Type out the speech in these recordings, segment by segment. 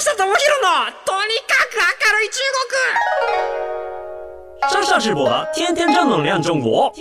下智博のとにかく明るい中国。上下直播的天天正能量中国。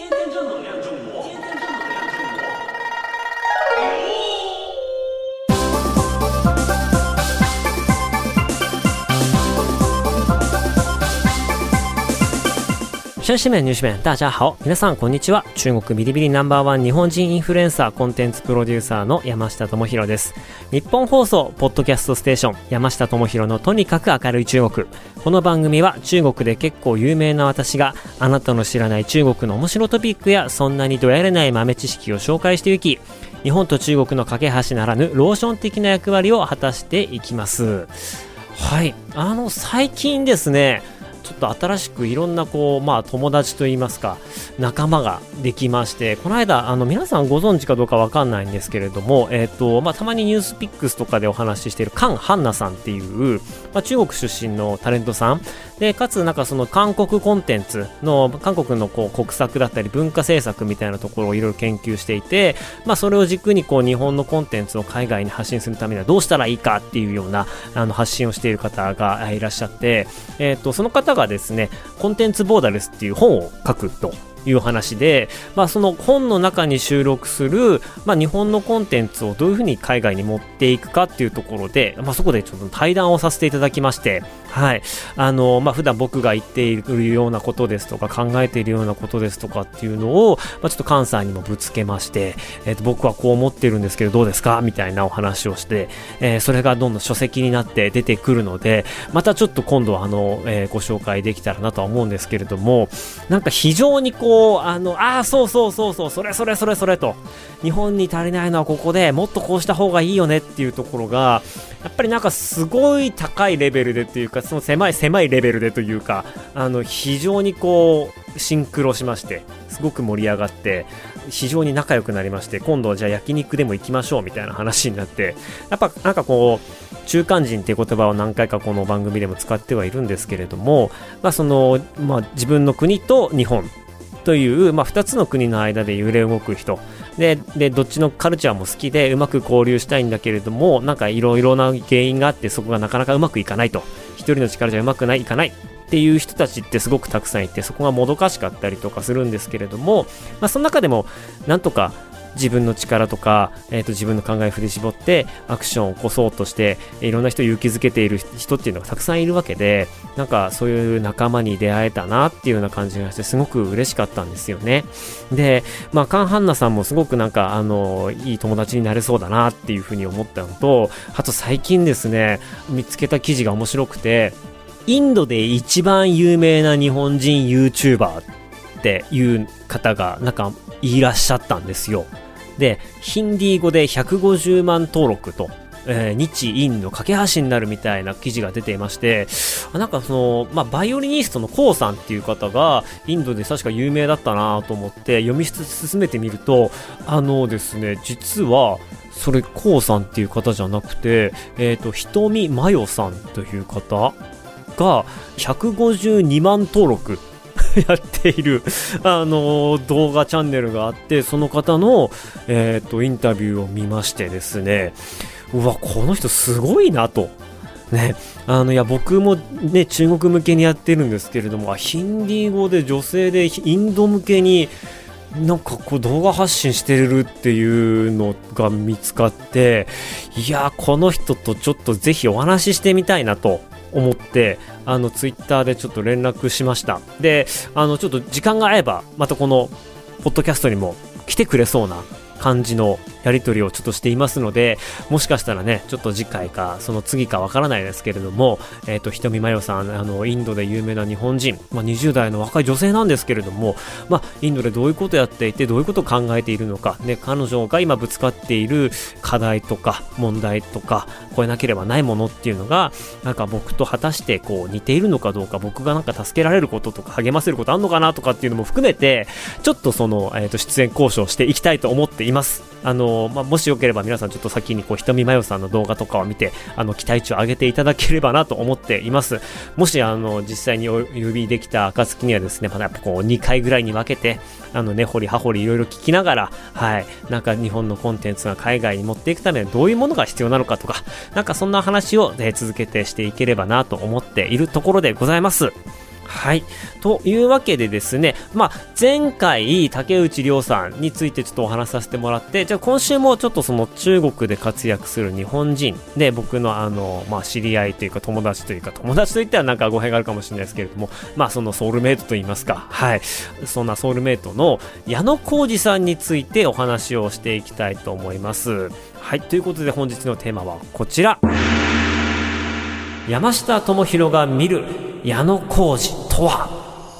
紳士们女士们大家好、皆さんこんにちは。中国ビリビリナンバーワン日本人インフルエンサーコンテンツプロデューサーの山下智博です。日本放送ポッドキャストステーション山下智博のとにかく明るい中国。この番組は中国で結構有名な私があなたの知らない中国の面白トピックやそんなにどやれない豆知識を紹介していき、日本と中国の架け橋ならぬローション的な役割を果たしていきます。はい、最近ですね、ちょっと新しくいろんな友達といいますか仲間ができまして、この間皆さんご存知かどうかわかんないんですけれども、たまにニュースピックスとかでお話ししているカン・ハンナさんっていう、中国出身のタレントさんで、かつその韓国コンテンツの韓国の国策だったり文化政策みたいなところをいろいろ研究していて、それを軸に日本のコンテンツを海外に発信するためにはどうしたらいいかっていうような発信をしている方がいらっしゃって、その方がですね、コンテンツボーダレスっていう本を書くという話で、その本の中に収録する、日本のコンテンツをどういうふうに海外に持っていくかっていうところで、そこでちょっと対談をさせていただきまして、はい、普段僕が言っているようなことですとか考えているようなことですとかっていうのを、ちょっと関西にもぶつけまして、僕はこう思ってるんですけどどうですかみたいなお話をして、それがどんどん書籍になって出てくるので、またちょっと今度はご紹介できたらなとは思うんですけれども、なんか非常にそうそれと、日本に足りないのはここでもっとこうした方がいいよねっていうところがやっぱりなんかすごい高いレベルでというか、その狭いレベルでというか、非常にシンクロしまして、すごく盛り上がって非常に仲良くなりまして、今度はじゃあ焼肉でも行きましょうみたいな話になって、やっぱなんか中間人っていう言葉を何回かこの番組でも使ってはいるんですけれども、自分の国と日本という、2つの国の間で揺れ動く人でどっちのカルチャーも好きでうまく交流したいんだけれども、なんかいろいろな原因があってそこがなかなかうまくいかないと、一人の力じゃうまくいかないっていう人たちってすごくたくさんいて、そこがもどかしかったりとかするんですけれども、その中でもなんとか自分の力とか、自分の考えを振り絞ってアクションを起こそうとしていろんな人を勇気づけている人っていうのがたくさんいるわけで、なんかそういう仲間に出会えたなっていうような感じがしてすごく嬉しかったんですよね。で、カン・ハンナさんもすごくなんかいい友達になれそうだなっていうふうに思ったのと、あと最近ですね見つけた記事が面白くて、インドで一番有名な日本人 YouTuber っていう方がなんかいらっしゃったんですよ。で、ヒンディー語で150万登録と、日印の架け橋になるみたいな記事が出ていまして、なんかバイオリニストのコウさんっていう方がインドで確か有名だったなと思って読み進めてみると、ですね、実はそれコウさんっていう方じゃなくて、ひとみまよさんという方が152万登録やっている動画チャンネルがあって、その方の、インタビューを見ましてですね、うわこの人すごいなとね、いや僕もね中国向けにやってるんですけれども、ヒンディー語で女性でインド向けになんか動画発信してるっていうのが見つかって、いやこの人とちょっとぜひお話ししてみたいなと思って、ツイッターでちょっと連絡しました。で、ちょっと時間が合えばまたこのポッドキャストにも来てくれそうな感じのやり取りをちょっとしていますので、もしかしたらねちょっと次回かその次かわからないですけれども、ひとみまよさんインドで有名な日本人、20代の若い女性なんですけれども、インドでどういうことをやっていてどういうことを考えているのか、ね、彼女が今ぶつかっている課題とか問題とか超えなければないものっていうのがなんか僕と果たして似ているのかどうか、僕がなんか助けられることとか励ませることあるのかなとかっていうのも含めてちょっと出演交渉していきたいと思っています。 もしよければ皆さんちょっと先にひとみまよさんの動画とかを見て期待値を上げていただければなと思っています。もし実際にお呼びできた暁にはですね、またやっぱ2回ぐらいに分けて根掘り葉掘りいろいろ聞きながら、なんか日本のコンテンツが海外に持っていくためにどういうものが必要なのかとか、なんかそんな話を、続けてしていければなと思っているところでございます。はい。というわけでですね、前回、竹内涼さんについてちょっとお話しさせてもらって、じゃあ今週もちょっとその中国で活躍する日本人で、僕の知り合いというか友達といったらなんか語弊があるかもしれないですけれども、そのソウルメイトといいますか、そんなソウルメイトの矢野浩二さんについてお話をしていきたいと思います。はい。ということで本日のテーマはこちら。山下智博が見る矢野浩二とは。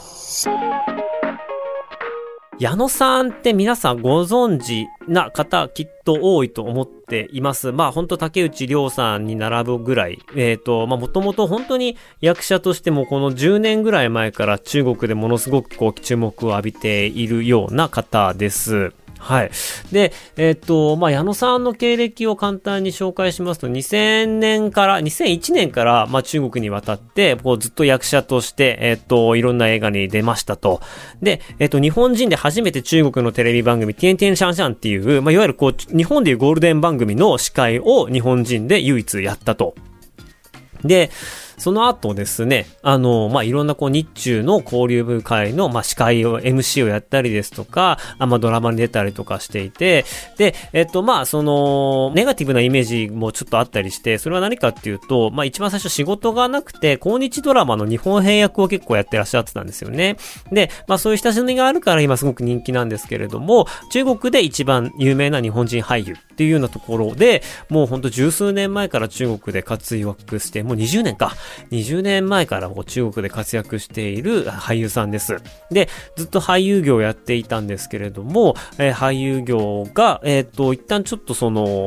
矢野さんって皆さんご存知な方きっと多いと思っています。本当竹内涼さんに並ぶぐらい、もともと本当に役者としてもこの10年ぐらい前から中国でものすごく注目を浴びているような方です。はい。で、矢野さんの経歴を簡単に紹介しますと、2001年から、中国に渡って、ずっと役者として、いろんな映画に出ましたと。で、日本人で初めて中国のテレビ番組、ティエンティエンシャンシャンっていう、いわゆる日本でいうゴールデン番組の司会を日本人で唯一やったと。で、その後ですね、いろんな日中の交流会の、司会を、MC をやったりですとか、ドラマに出たりとかしていて、で、その、ネガティブなイメージもちょっとあったりして、それは何かっていうと、一番最初仕事がなくて、抗日ドラマの日本兵役を結構やってらっしゃってたんですよね。で、そういう親しみがあるから今すごく人気なんですけれども、中国で一番有名な日本人俳優っていうようなところで、もうほんと十数年前から中国で活躍して、もう20年前から中国で活躍している俳優さんです。で、ずっと俳優業をやっていたんですけれども、俳優業が、一旦ちょっと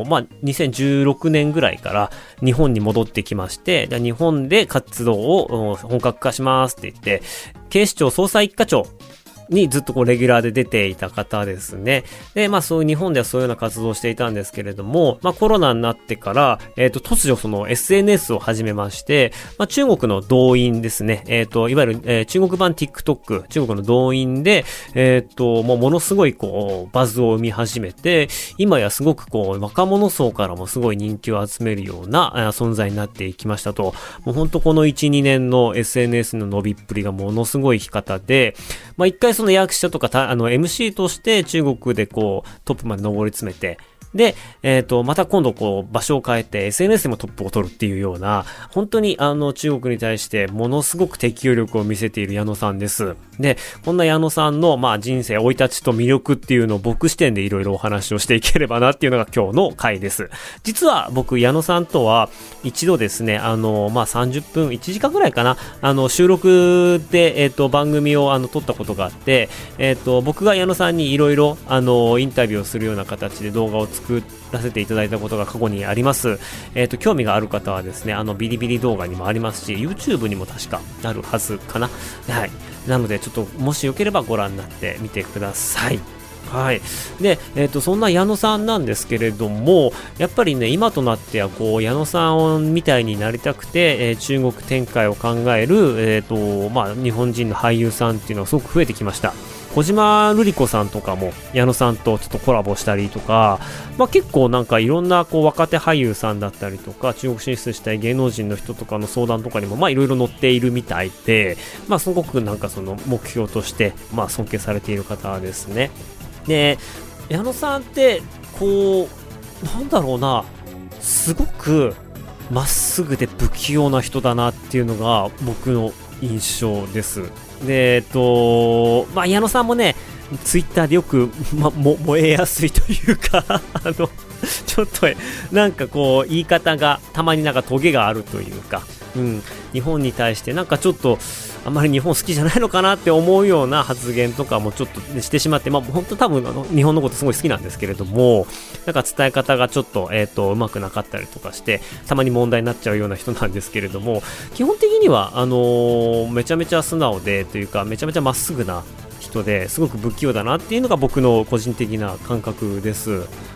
2016年ぐらいから日本に戻ってきまして、日本で活動を本格化しますって言って、警視庁捜査一課長にずっとレギュラーで出ていた方ですね。で、そういう日本ではそういうような活動をしていたんですけれども、コロナになってから、突如その SNS を始めまして、中国の動員ですね。いわゆる、中国版 TikTok、中国の動員で、ものすごいバズを生み始めて、今やすごく若者層からもすごい人気を集めるような存在になっていきましたと。もうほんとこの1、2年の SNS の伸びっぷりがものすごい生き方で、一回その役者とかMC として中国でトップまで上り詰めて、で、また今度場所を変えて SNS でもトップを取るっていうような、本当に中国に対してものすごく適応力を見せている矢野さんです。で、こんな矢野さんの人生、生い立ちと魅力っていうのを僕視点でいろいろお話をしていければなっていうのが今日の回です。実は僕、矢野さんとは一度ですね、30分、1時間ぐらいかな、収録で、番組を撮ったことがあって、僕が矢野さんにいろいろインタビューをするような形で動画を作らせていただいたことが過去にあります。興味がある方はですね、ビリビリ動画にもありますし、YouTube にも確かあるはずかな。はい。なので、ちょっともしよければご覧になってみてください。はい。で、そんな矢野さんなんですけれども、やっぱりね、今となっては、矢野さんみたいになりたくて、中国展開を考える、日本人の俳優さんっていうのがすごく増えてきました。小島瑠璃子さんとかも矢野さんとちょっとコラボしたりとか、結構なんかいろんな若手俳優さんだったりとか、中国進出したい芸能人の人とかの相談とかにもいろいろ載っているみたいで、すごくなんかその目標として尊敬されている方ですね。で、矢野さんってなんだろうな、すごくまっすぐで不器用な人だなっていうのが僕の印象です。で、矢野さんもね、ツイッターでよく、燃えやすいというかちょっとなんか言い方がたまになんかトゲがあるというか、日本に対してなんかちょっとあんまり日本好きじゃないのかなって思うような発言とかもちょっとしてしまって、本当多分日本のことすごい好きなんですけれども、なんか伝え方がちょっとうまくなかったりとかしてたまに問題になっちゃうような人なんですけれども、基本的にはめちゃめちゃ素直でというか、めちゃめちゃまっすぐな人ですごく不器用だなっていうのが僕の個人的な感覚です。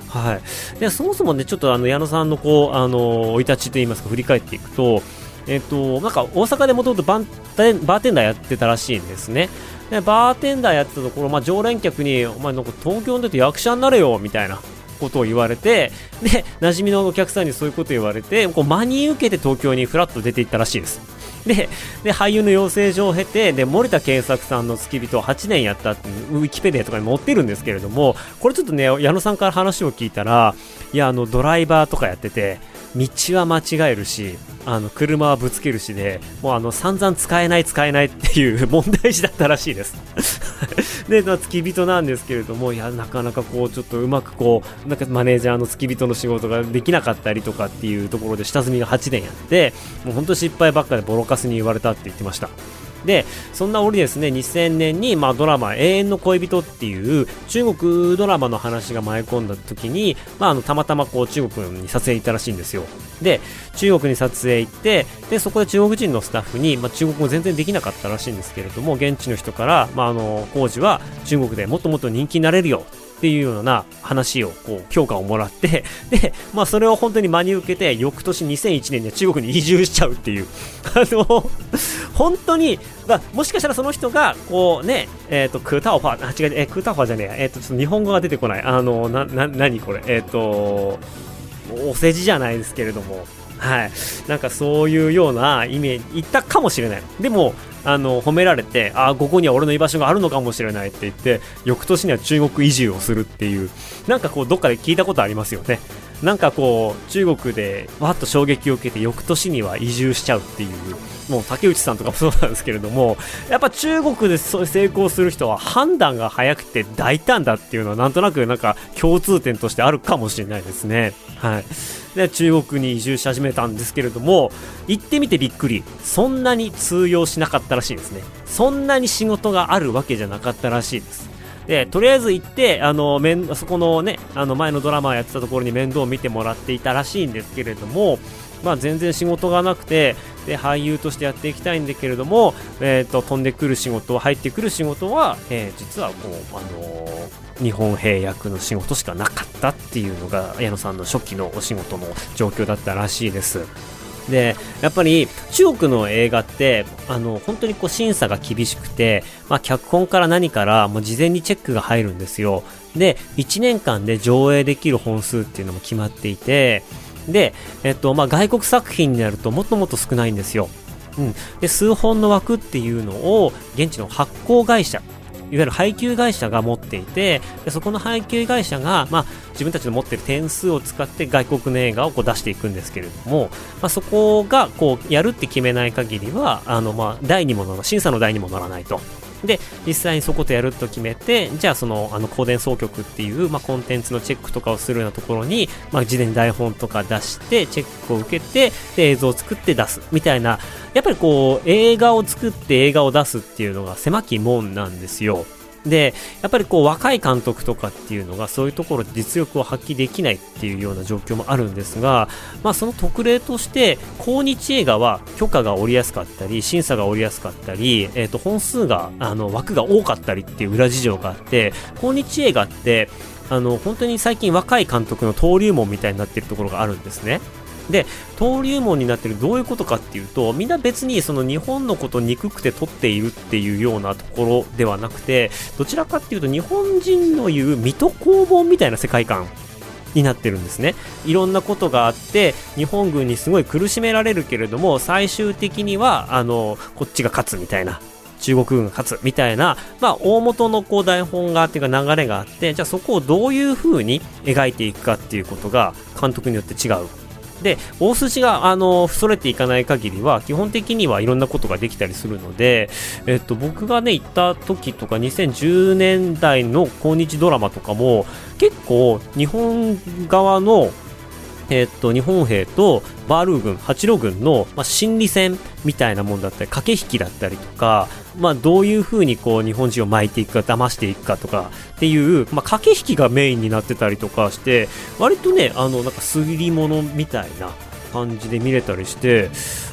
はい。で、そもそもね、ちょっと矢野さんのこう、生い立ちといいますか、振り返っていくと、なんか大阪でもともとバーテンダーやってたらしいんですね。で、バーテンダーやってたところ、まあ、常連客に、お前なんか東京に出て役者になれよ、みたいなことを言われて、で、馴染みのお客さんにそういうことを言われて、こう真に受けて東京にフラッと出ていったらしいです。で、俳優の養成所を経て、で、森田健作さんの付き人を8年やったってウィキペディアとかに載ってるんですけれども、これちょっとね、矢野さんから話を聞いたら、いや、ドライバーとかやってて、道は間違えるし、車はぶつけるしで、もう散々使えないっていう問題児だったらしいです。で、付き人なんですけれども、いや、なかなかこう、ちょっとうまくこう、なんかマネージャーの付き人の仕事ができなかったりとかっていうところで下積みが8年やって、もう本当失敗ばっかでボロカスに言われたって言ってました。で、そんな折ですね、2000年に、ドラマ、永遠の恋人っていう中国ドラマの話が舞い込んだ時に、たまたまこう中国に撮影行ったらしいんですよ。で、中国に撮影行って、で、そこで中国人のスタッフに、中国語全然できなかったらしいんですけれども、現地の人から、工事は中国でもっともっと人気になれるよっていうような話をこう評価をもらって、で、それを本当に真に受けて、翌年2001年には中国に移住しちゃうっていう本当に、もしかしたらその人がこうね、クータオファー、違う、クータオファーじゃねえ、ちょっと日本語が出てこない、何これ、お世辞じゃないですけれども、はい、なんかそういうようなイメージ言ったかもしれない。でも褒められて、ここには俺の居場所があるのかもしれないって言って、翌年には中国移住をするっていう、なんかこうどっかで聞いたことありますよね。なんかこう中国でわっと衝撃を受けて翌年には移住しちゃうっていう、もう竹内さんとかもそうなんですけれども、やっぱ中国で成功する人は判断が早くて大胆だっていうのはなんとなくなんか共通点としてあるかもしれないですね。はい。で、中国に移住し始めたんですけれども、行ってみてびっくり、そんなに通用しなかったらしいですね。そんなに仕事があるわけじゃなかったらしいです。で、とりあえず行って、そこのね、前のドラマやってたところに面倒を見てもらっていたらしいんですけれども、全然仕事がなくて、で、俳優としてやっていきたいんだけれども、飛んでくる仕事、入ってくる仕事は、実はこう、日本兵役の仕事しかなかったっていうのが、矢野さんの初期のお仕事の状況だったらしいです。で、やっぱり中国の映画って本当にこう審査が厳しくて、脚本から何からもう事前にチェックが入るんですよ。で、1年間で上映できる本数っていうのも決まっていて、で、外国作品になるともっともっと少ないんですよ。で、数本の枠っていうのを現地の発行会社、いわゆる配給会社が持っていて、でそこの配給会社が、自分たちの持っている点数を使って外国の映画をこう出していくんですけれども、そこがこうやるって決めない限りは台にも乗らない、審査の台にも乗らないと。で、実際にそことやると決めて、じゃあ光電総局っていう、コンテンツのチェックとかをするようなところに、事前に台本とか出してチェックを受けて、で映像を作って出すみたいな、やっぱりこう映画を作って映画を出すっていうのが狭き門なんですよ。で、やっぱりこう若い監督とかっていうのがそういうところで実力を発揮できないっていうような状況もあるんですが、その特例として抗日映画は許可が下りやすかったり審査が下りやすかったり、本数が枠が多かったりっていう裏事情があって、抗日映画って本当に最近若い監督の登竜門みたいになっているところがあるんですね。で、登竜門になってるどういうことかっていうと、みんな別にその日本のことを憎くて撮っているっていうようなところではなくて、どちらかっていうと日本人の言う水戸黄門みたいな世界観になってるんですね。いろんなことがあって日本軍にすごい苦しめられるけれども、最終的にはこっちが勝つみたいな、中国軍が勝つみたいな、大元のこう台本があっていうか流れがあって、じゃあそこをどういう風に描いていくかっていうことが監督によって違う。で、大筋がそれていかない限りは基本的にはいろんなことができたりするので、僕がね行った時とか2010年代の抗日ドラマとかも結構日本側の日本兵とバールー軍、八路軍の、心理戦みたいなもんだったり、駆け引きだったりとか、どういう風にこう日本人を巻いていくか、騙していくかとかっていう、駆け引きがメインになってたりとかして、割とね、なんか推理物みたいな感じで見れたりして、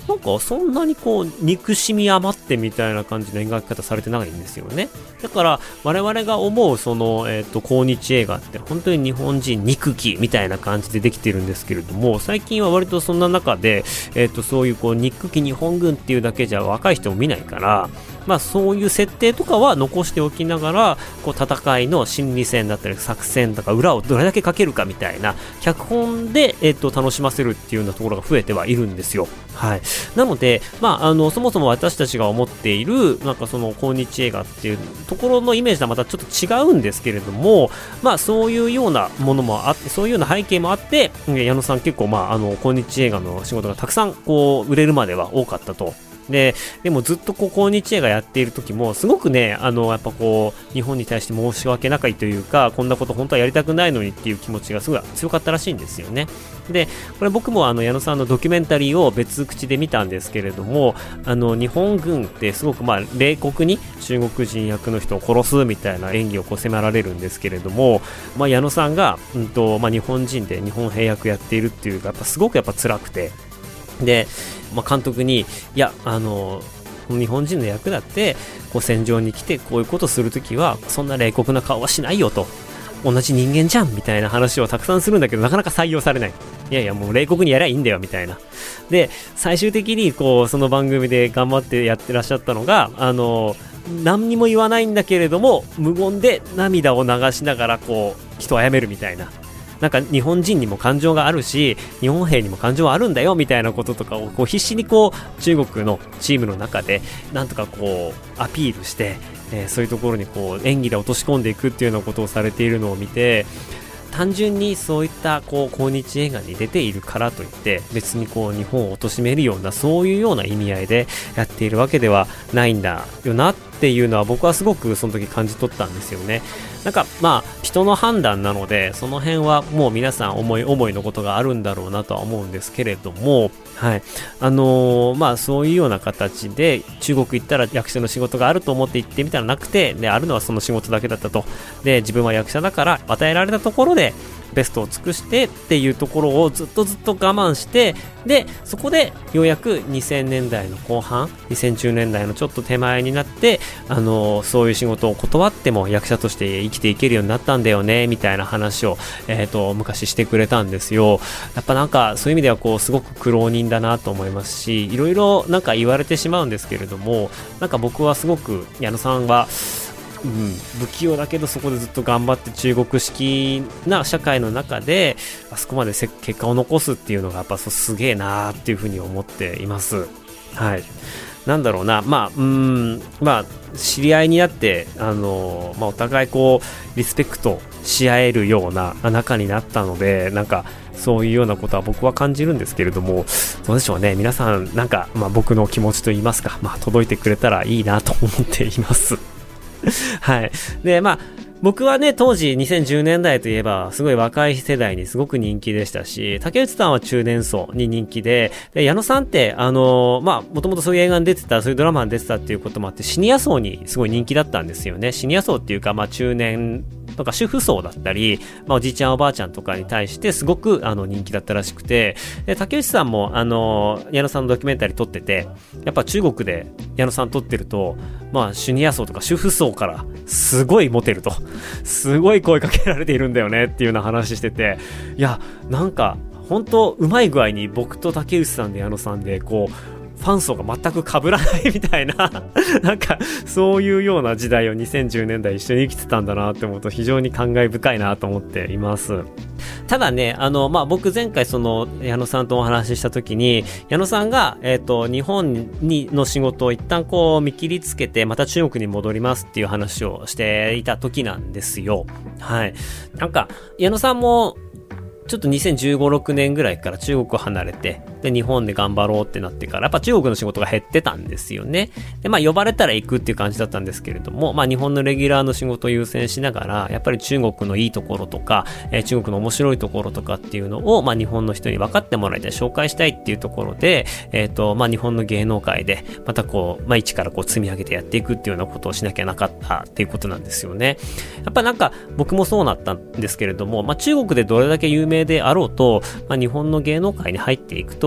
なんかそんなにこう憎しみ余ってみたいな感じの描き方されてないんですよね。だから我々が思うその抗日映画って本当に日本人憎きみたいな感じでできてるんですけれども、最近は割とそんな中でそういうこう憎き日本軍っていうだけじゃ若い人も見ないから、まあそういう設定とかは残しておきながら、こう戦いの心理戦だったり作戦とか裏をどれだけかけるかみたいな脚本で楽しませるっていうようなところが増えてはいるんですよ。はい。なので、まあそもそも私たちが思っているなんかその抗日映画っていうところのイメージとはまたちょっと違うんですけれども、まあそういうようなものもあって、そういうような背景もあって、矢野さん結構まあ抗日映画の仕事がたくさんこう売れるまでは多かったと。でもずっとこう抗日映画やっている時もすごくね、やっぱこう日本に対して申し訳なかいというか、こんなこと本当はやりたくないのにっていう気持ちがすごい強かったらしいんですよね。でこれ僕も矢野さんのドキュメンタリーを別口で見たんですけれども、日本軍ってすごくまあ冷酷に中国人役の人を殺すみたいな演技をこう迫られるんですけれども、まあ、矢野さんが、まあ、日本人で日本兵役やっているっていうか、やっぱすごくやっぱ辛くて、で、まあ、監督にいや日本人の役だってこう戦場に来てこういうことするときはそんな冷酷な顔はしないよと、同じ人間じゃんみたいな話をたくさんするんだけど、なかなか採用されない。いやいやもう冷酷にやりゃいいんだよみたいな。で最終的にこうその番組で頑張ってやってらっしゃったのが、何にも言わないんだけれども無言で涙を流しながらこう人を殺めるみたいな。なんか日本人にも感情があるし日本兵にも感情はあるんだよみたいなこととかをこう必死にこう中国のチームの中でなんとかこうアピールして、そういうところにこう演技で落とし込んでいくっていうようなことをされているのを見て、単純にそういったこう抗日映画に出ているからといって別にこう日本を貶めるようなそういうような意味合いでやっているわけではないんだよなっていうのは僕はすごくその時感じ取ったんですよね。なんかまあ人の判断なのでその辺はもう皆さん思い思いのことがあるんだろうなとは思うんですけれども、はい、まあそういうような形で中国行ったら役者の仕事があると思って行ってみたらなくて、であるのはその仕事だけだったと。で自分は役者だから与えられたところでベストを尽くしてっていうところをずっと我慢して、でそこでようやく2000年代の後半2010年代のちょっと手前になってそういう仕事を断っても役者として生きていけるようになったんだよねみたいな話を、昔してくれたんですよ。やっぱなんかそういう意味ではこうすごく苦労人だなと思いますし、いろいろなんか言われてしまうんですけれども、なんか僕はすごく矢野さんは不器用だけどそこでずっと頑張って中国式な社会の中であそこまで結果を残すっていうのがやっぱすげえなーっていうふうに思っています。はい。なんだろうな、まあ知り合いになってお互いこうリスペクトし合えるような仲になったので、なんかそういうようなことは僕は感じるんですけれども、どうでしょうね、皆さんなんか僕の気持ちといいますか、届いてくれたらいいなと思っていますはい。で僕はね当時2010年代といえばすごい若い世代にすごく人気でしたし、竹内さんは中年層に人気で、矢野さんってもともとそういう映画に出てた、そういうドラマに出てたっていうこともあってシニア層にすごい人気だったんですよね。シニア層っていうか中年とか主婦層だったり、おじいちゃんおばあちゃんとかに対してすごく人気だったらしくて、で竹内さんも矢野さんのドキュメンタリー撮ってて、やっぱ中国で矢野さん撮ってるとシニア層とか主婦層からすごいモテると、すごい声かけられているんだよねっていうような話してて、いやなんか本当うまい具合に僕と竹内さんで矢野さんでこうファン層が全く被らないみたいななんかそういうような時代を2010年代一緒に生きてたんだなって思うと非常に感慨深いなと思っています。ただね僕前回その矢野さんとお話しした時に矢野さんが日本の仕事を一旦こう見切りつけてまた中国に戻りますっていう話をしていた時なんですよ。はい。なんか矢野さんもちょっと2015、6年ぐらいから中国を離れて、で、日本で頑張ろうってなってから、やっぱ中国の仕事が減ってたんですよね。で、呼ばれたら行くっていう感じだったんですけれども、日本のレギュラーの仕事を優先しながら、やっぱり中国のいいところとか、中国の面白いところとかっていうのを、日本の人に分かってもらいたい、紹介したいっていうところで、日本の芸能界で、またこう、一からこう積み上げてやっていくっていうようなことをしなきゃなかったっていうことなんですよね。やっぱなんか、僕もそうなったんですけれども、中国でどれだけ有名であろうと、日本の芸能界に入っていくと、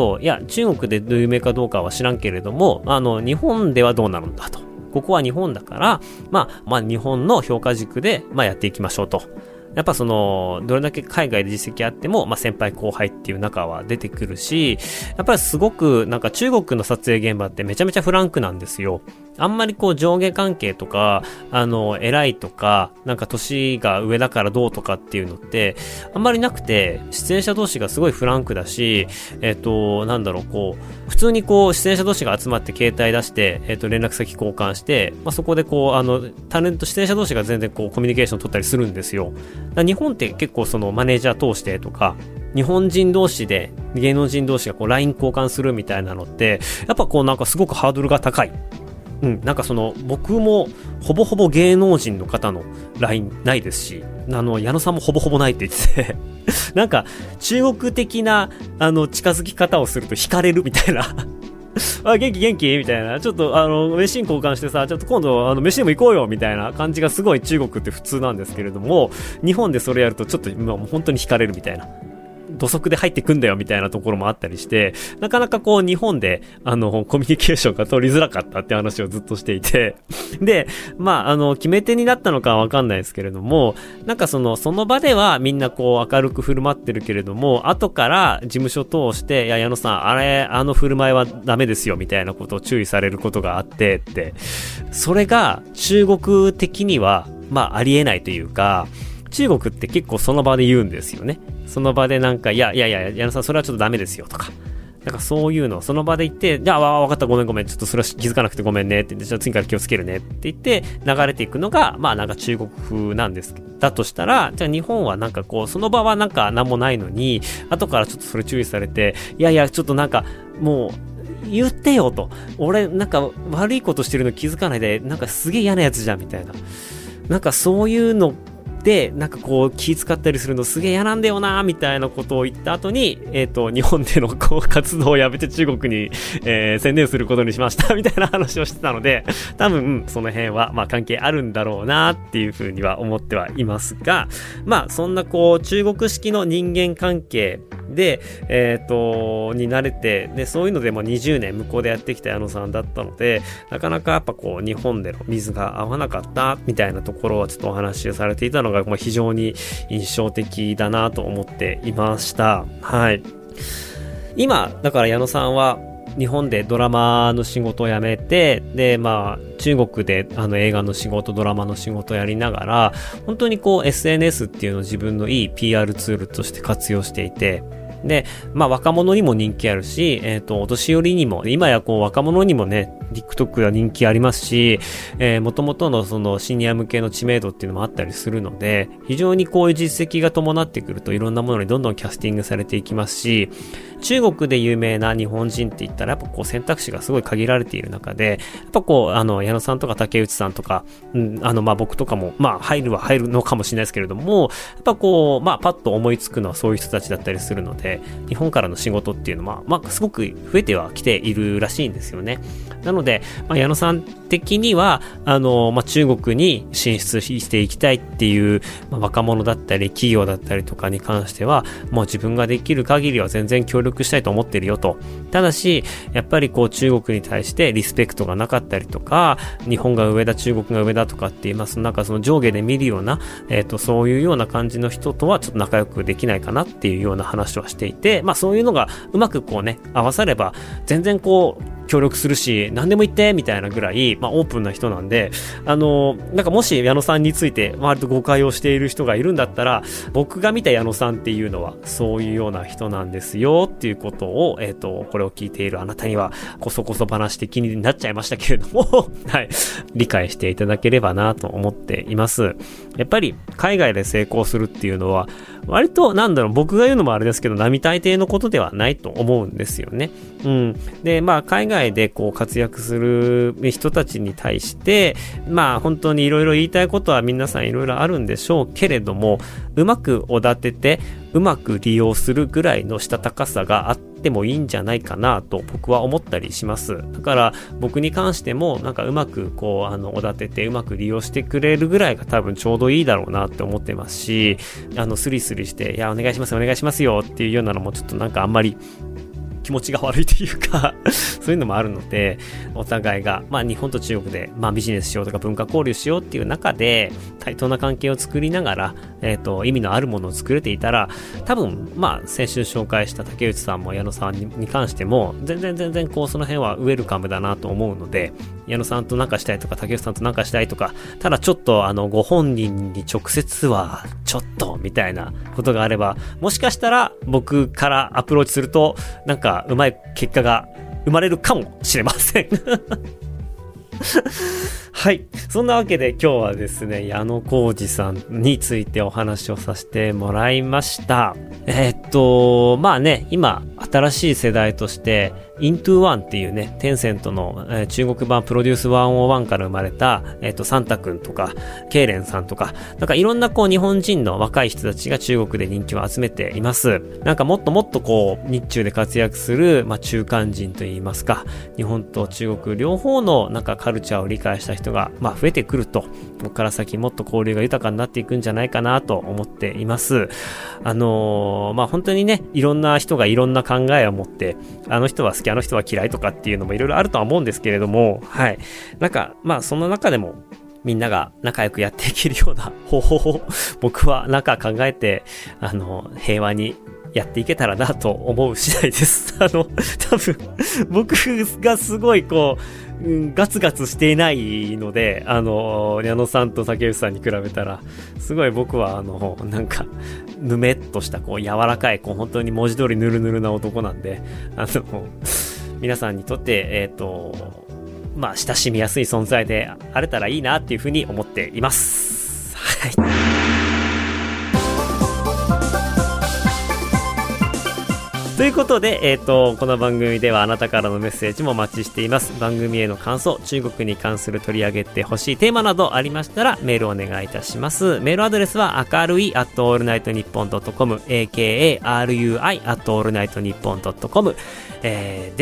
いや、中国で有名かどうかは知らんけれども、日本ではどうなるんだと。ここは日本だから、まあ日本の評価軸で、やっていきましょうと。やっぱどれだけ海外で実績あっても、先輩後輩っていう仲は出てくるし、やっぱりすごくなんか中国の撮影現場ってめちゃめちゃフランクなんですよ。あんまり上下関係とか、偉いとか、なんか年が上だからどうとかっていうのって、あんまりなくて、出演者同士がすごいフランクだし、普通に出演者同士が集まって携帯出して、連絡先交換して、そこでタレント出演者同士が全然コミュニケーション取ったりするんですよ。だから日本って結構マネージャー通してとか、日本人同士で芸能人同士がLINE 交換するみたいなのって、やっぱなんかすごくハードルが高い。なんか僕もほぼほぼ芸能人の方の LINE ないですし、矢野さんもほぼほぼないって言っててなんか中国的な近づき方をすると惹かれるみたいな元気みたいな、ちょっと飯交換してさ、ちょっと今度飯でも行こうよみたいな感じがすごい中国って普通なんですけれども、日本でそれやるとちょっともう本当に惹かれるみたいな、土足で入ってくんだよみたいなところもあったりして、なかなか日本でコミュニケーションが取りづらかったって話をずっとしていてで、決め手になったのかはわかんないですけれども、なんかその場ではみんな明るく振る舞ってるけれども、後から事務所通して、いや矢野さん振る舞いはダメですよみたいなことを注意されることがあってって、それが中国的にはありえないというか、中国って結構その場で言うんですよね。その場でなんか、いや、矢野さんそれはちょっとダメですよとか。なんかそういうのをその場で言って、じゃあ分かった、ごめん、ちょっとそれは気づかなくてごめんねって言って、じゃあ次から気をつけるねって言って流れていくのが、なんか中国風なんです。だとしたら、じゃあ日本はなんかその場はなんか何もないのに、後からちょっとそれ注意されて、いや、ちょっとなんか、もう、言ってよと。俺なんか悪いことしてるの気づかないで、なんかすげえ嫌なやつじゃんみたいな。なんかそういうので、なんか気使ったりするのすげえ嫌なんだよなみたいなことを言った後に、日本での活動をやめて中国に、専念することにしましたみたいな話をしてたので、多分その辺は関係あるんだろうなっていうふうには思ってはいますが、そんな中国式の人間関係で、に慣れて、で、そういうのでも20年向こうでやってきた矢野さんだったので、なかなかやっぱ日本での水が合わなかったみたいなところはちょっとお話しされていたのが、非常に印象的だなと思っていました。はい。今、だから矢野さんは、日本でドラマの仕事を辞めて、で、中国で映画の仕事、ドラマの仕事をやりながら、本当にSNS っていうのを自分のいい PR ツールとして活用していて、で、若者にも人気あるし、お年寄りにも、今や若者にもね、TikTok が人気ありますし、元々のそのシニア向けの知名度っていうのもあったりするので、非常にこういう実績が伴ってくるといろんなものにどんどんキャスティングされていきますし、中国で有名な日本人って言ったらやっぱ選択肢がすごい限られている中で、やっぱ矢野さんとか竹内さんとか、僕とかも、入るのかもしれないですけれども、やっぱパッと思いつくのはそういう人たちだったりするので、日本からの仕事っていうのは、すごく増えてはきているらしいんですよね。なので、矢野さん的には、中国に進出していきたいっていう、若者だったり、企業だったりとかに関しては、もう自分ができる限りは全然協力したいと思ってるよと。ただし、やっぱり中国に対してリスペクトがなかったりとか、日本が上だ、中国が上だとかっていう、なんかその上下で見るような、そういうような感じの人とはちょっと仲良くできないかなっていうような話はしていて、そういうのがうまく合わされば、全然協力するし、何でも言ってみたいなぐらい、オープンな人なんで、なんかもし矢野さんについて割と誤解をしている人がいるんだったら、僕が見た矢野さんっていうのはそういうような人なんですよっていうことを、これを聞いているあなたにはこそこそ話的になっちゃいましたけれどもはい、理解していただければなと思っています。やっぱり海外で成功するっていうのは割と僕が言うのもあれですけど、並大抵のことではないと思うんですよね。で、海外で活躍する人たちに対して、本当にいろいろ言いたいことは皆さんいろいろあるんでしょうけれども、うまくおだてて、うまく利用するぐらいのしたたかさがあってもいいんじゃないかなと僕は思ったりします。だから僕に関してもなんかうまくおだててうまく利用してくれるぐらいが多分ちょうどいいだろうなって思ってますし、スリスリして、いやお願いしますよっていうようなのもちょっとなんかあんまり気持ちが悪いというかそういうのもあるので、お互いが、日本と中国で、ビジネスしようとか文化交流しようっていう中で対等な関係を作りながら、意味のあるものを作れていたら、多分先週紹介した竹内さんも矢野さんに関しても全然こうその辺はウェルカムだなと思うので、矢野さんとなんかしたいとか竹内さんとなんかしたいとか、ただちょっとご本人に直接はちょっとみたいなことがあれば、もしかしたら僕からアプローチするとなんかうまい結果が生まれるかもしれませんはい。そんなわけで今日はですね、矢野浩二さんについてお話をさせてもらいました。今、新しい世代として、Into One っていうね、テンセントの、中国版プロデュース101から生まれた、サンタ君とか、ケイレンさんとか、なんかいろんなこう日本人の若い人たちが中国で人気を集めています。なんかもっともっとこう、日中で活躍する、中間人といいますか、日本と中国両方のなんかカルチャーを理解した人が、増えてくると、ここから先もっと交流が豊かになっていくんじゃないかなと思っています。本当にね、いろんな人がいろんな考えを持って、あの人は好き、あの人は嫌いとかっていうのもいろいろあるとは思うんですけれども、はい。なんか、その中でも、みんなが仲良くやっていけるような方法を僕はなんか考えて、平和にやっていけたらなと思う次第です。多分、僕がすごいこう、ガツガツしていないので、矢野さんと竹内さんに比べたら、すごい僕はなんか、ぬめっとした、こう、柔らかい、こう、本当に文字通りヌルヌルな男なんで、皆さんにとって、親しみやすい存在であれたらいいなっていうふうに思っています。はい。ということで、この番組ではあなたからのメッセージもお待ちしています。番組への感想、中国に関する取り上げてほしいテーマなどありましたらメールをお願いいたします。メールアドレスは明るい@allnightnippon.com AKARUI@allnightnippon.com です。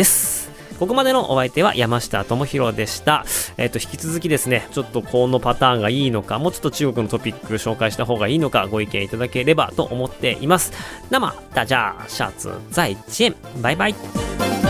ここまでのお相手は山下智博でした。引き続きですね、ちょっとこのパターンがいいのか、もうちょっと中国のトピック紹介した方がいいのか、ご意見いただければと思っています。那么大家下次再见。バイバイ。